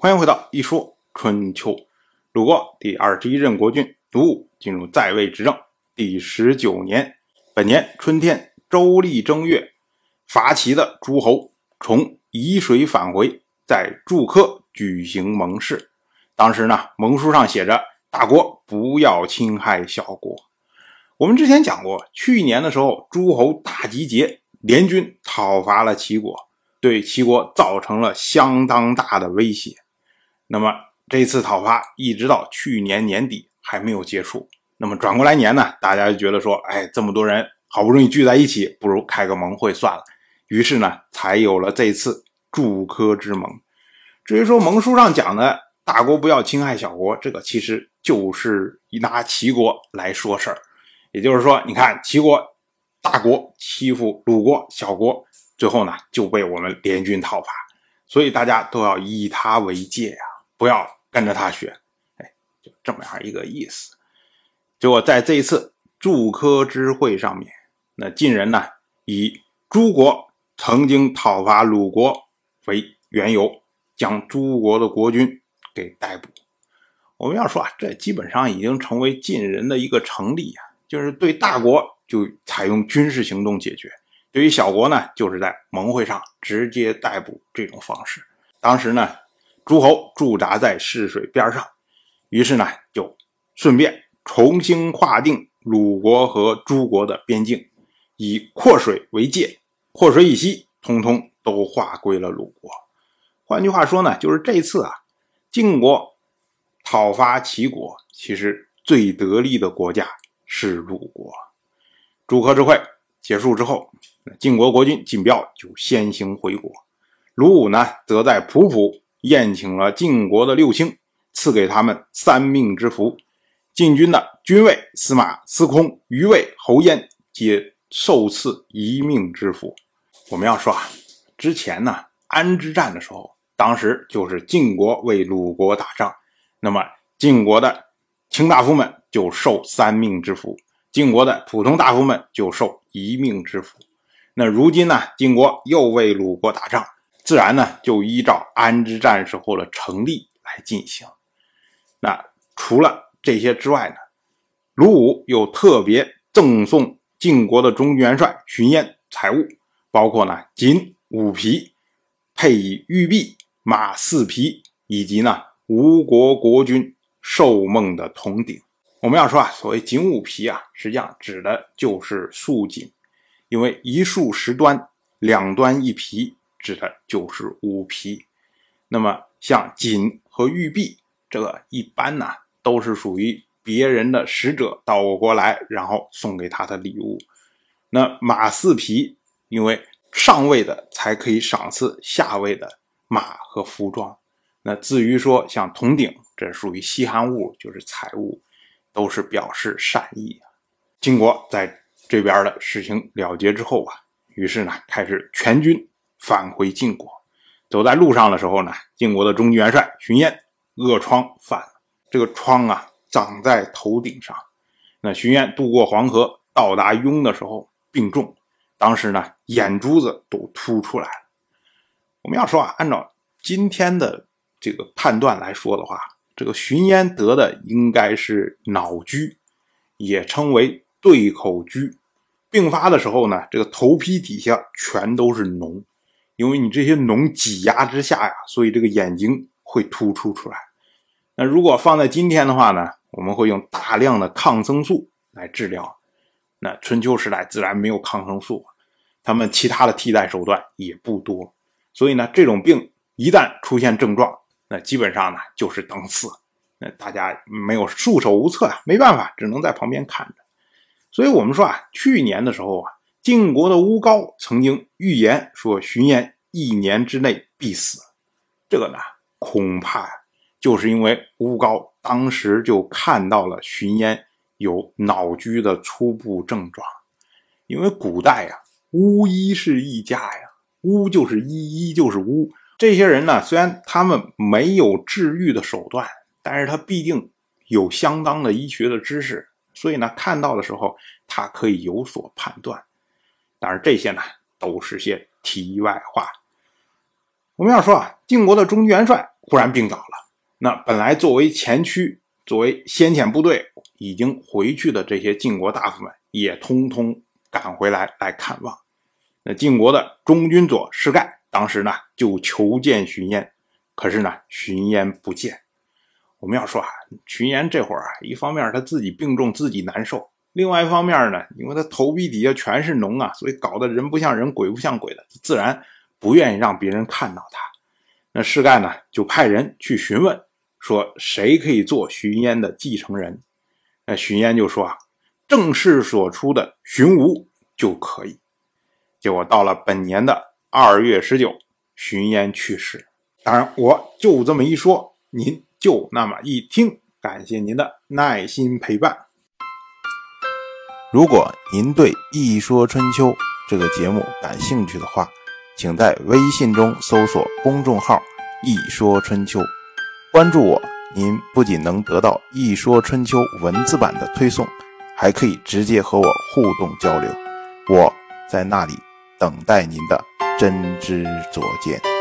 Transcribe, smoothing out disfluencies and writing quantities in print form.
欢迎回到一说春秋。鲁国第21任国君鲁武进入在位执政第19年，本年春天周历正月，伐齐的诸侯从沂水返回，在祝科举行盟誓。当时呢，盟书上写着大国不要侵害小国。我们之前讲过，去年的时候诸侯大集结，联军讨伐了齐国，对齐国造成了相当大的威胁。那么这次讨伐一直到去年年底还没有结束。那么转过来年呢，大家就觉得说，这么多人好不容易聚在一起，不如开个盟会算了。于是呢，才有了这次祝科之盟。至于说盟书上讲的大国不要侵害小国，这个其实就是拿齐国来说事儿。也就是说，你看齐国大国欺负鲁国小国，最后呢就被我们联军讨伐，所以大家都要以他为戒呀，不要跟着他学。就这么样一个意思。结果在这一次祝科之会上面，那晋人呢以诸国曾经讨伐鲁国为缘由，将诸国的国君给逮捕。我们要说这基本上已经成为晋人的一个常例就是对大国就采用军事行动解决，对于小国呢，就是在盟会上直接逮捕这种方式。当时呢，诸侯驻扎在泗水边上，于是呢，就顺便重新划定鲁国和诸国的边境，以阔水为界，阔水以西通通都划归了鲁国。换句话说呢，就是这次晋国讨伐齐国，其实最得利的国家是鲁国。祝科之会结束之后，晋国国君晋彪就先行回国，鲁武呢则在濮府宴请了晋国的六卿，赐给他们3命之符。晋军的军尉、司马、司空、余尉、侯焉皆受赐1命之符。我们要说之前呢，安之战的时候，当时就是晋国为鲁国打仗，那么晋国的卿大夫们就受3命之符，晋国的普通大夫们就受1命之符。那如今呢，晋国又为鲁国打仗，自然呢就依照安之战时候的成例来进行。那除了这些之外呢，鲁武又特别赠送晋国的中军元帅荀嫣财物，包括呢锦5匹，配以玉璧、马4匹，以及呢吴国国君寿梦的铜鼎。我们要说所谓锦5匹实际上指的就是束锦，因为一束10端，2端1匹，指的就是5匹。那么像锦和玉璧，这个一般呢都是属于别人的使者到我国来，然后送给他的礼物。那马4匹，因为上位的才可以赏赐下位的马和服装。那至于说像铜鼎，这属于稀罕物，就是财物，都是表示善意。晋国在这边的事情了结之后于是呢开始全军返回晋国。走在路上的时候呢，晋国的中军元帅荀嫣恶疮犯了，这个疮长在头顶上。那荀嫣渡过黄河到达雍的时候病重，当时呢眼珠子都凸出来了。我们要说按照今天的这个判断来说的话，这个荀嫣得的应该是脑疽，也称为对口疽。病发的时候呢，这个头皮底下全都是脓，因为你这些脓挤压之下所以这个眼睛会突出出来。那如果放在今天的话呢，我们会用大量的抗生素来治疗。那春秋时代自然没有抗生素，他们其他的替代手段也不多，所以呢这种病一旦出现症状，那基本上呢就是等死。那大家没有束手无策没办法，只能在旁边看着。所以我们说去年的时候晋国的乌高曾经预言说荀嫣1年之内必死。这个呢恐怕就是因为乌高当时就看到了荀嫣有脑疽的初步症状。因为古代巫医是一家巫就是医就是巫。这些人呢，虽然他们没有治愈的手段，但是他必定有相当的医学的知识，所以呢看到的时候他可以有所判断。当然这些呢都是些题外话。 我们要说晋国的中军元帅忽然病倒了，那本来作为前驱、作为先遣部队已经回去的这些晋国大夫们也通通赶回来看望。那晋国的中军佐士盖当时呢就求见荀嫣，可是呢荀嫣不见。我们要说荀嫣这会儿一方面他自己病重自己难受，另外一方面呢，因为他头皮底下全是脓所以搞得人不像人鬼不像鬼的，自然不愿意让别人看到他。那士盖呢就派人去询问，说谁可以做荀嫣的继承人。那荀嫣就说正室所出的荀吴就可以。结果到了本年的2月19，荀嫣去世。当然我就这么一说，您就那么一听，感谢您的耐心陪伴。 如果您对《一说春秋》这个节目感兴趣的话，请在微信中搜索公众号“一说春秋”，关注我，您不仅能得到《一说春秋》文字版的推送，还可以直接和我互动交流。我在那里等待您的真知灼见。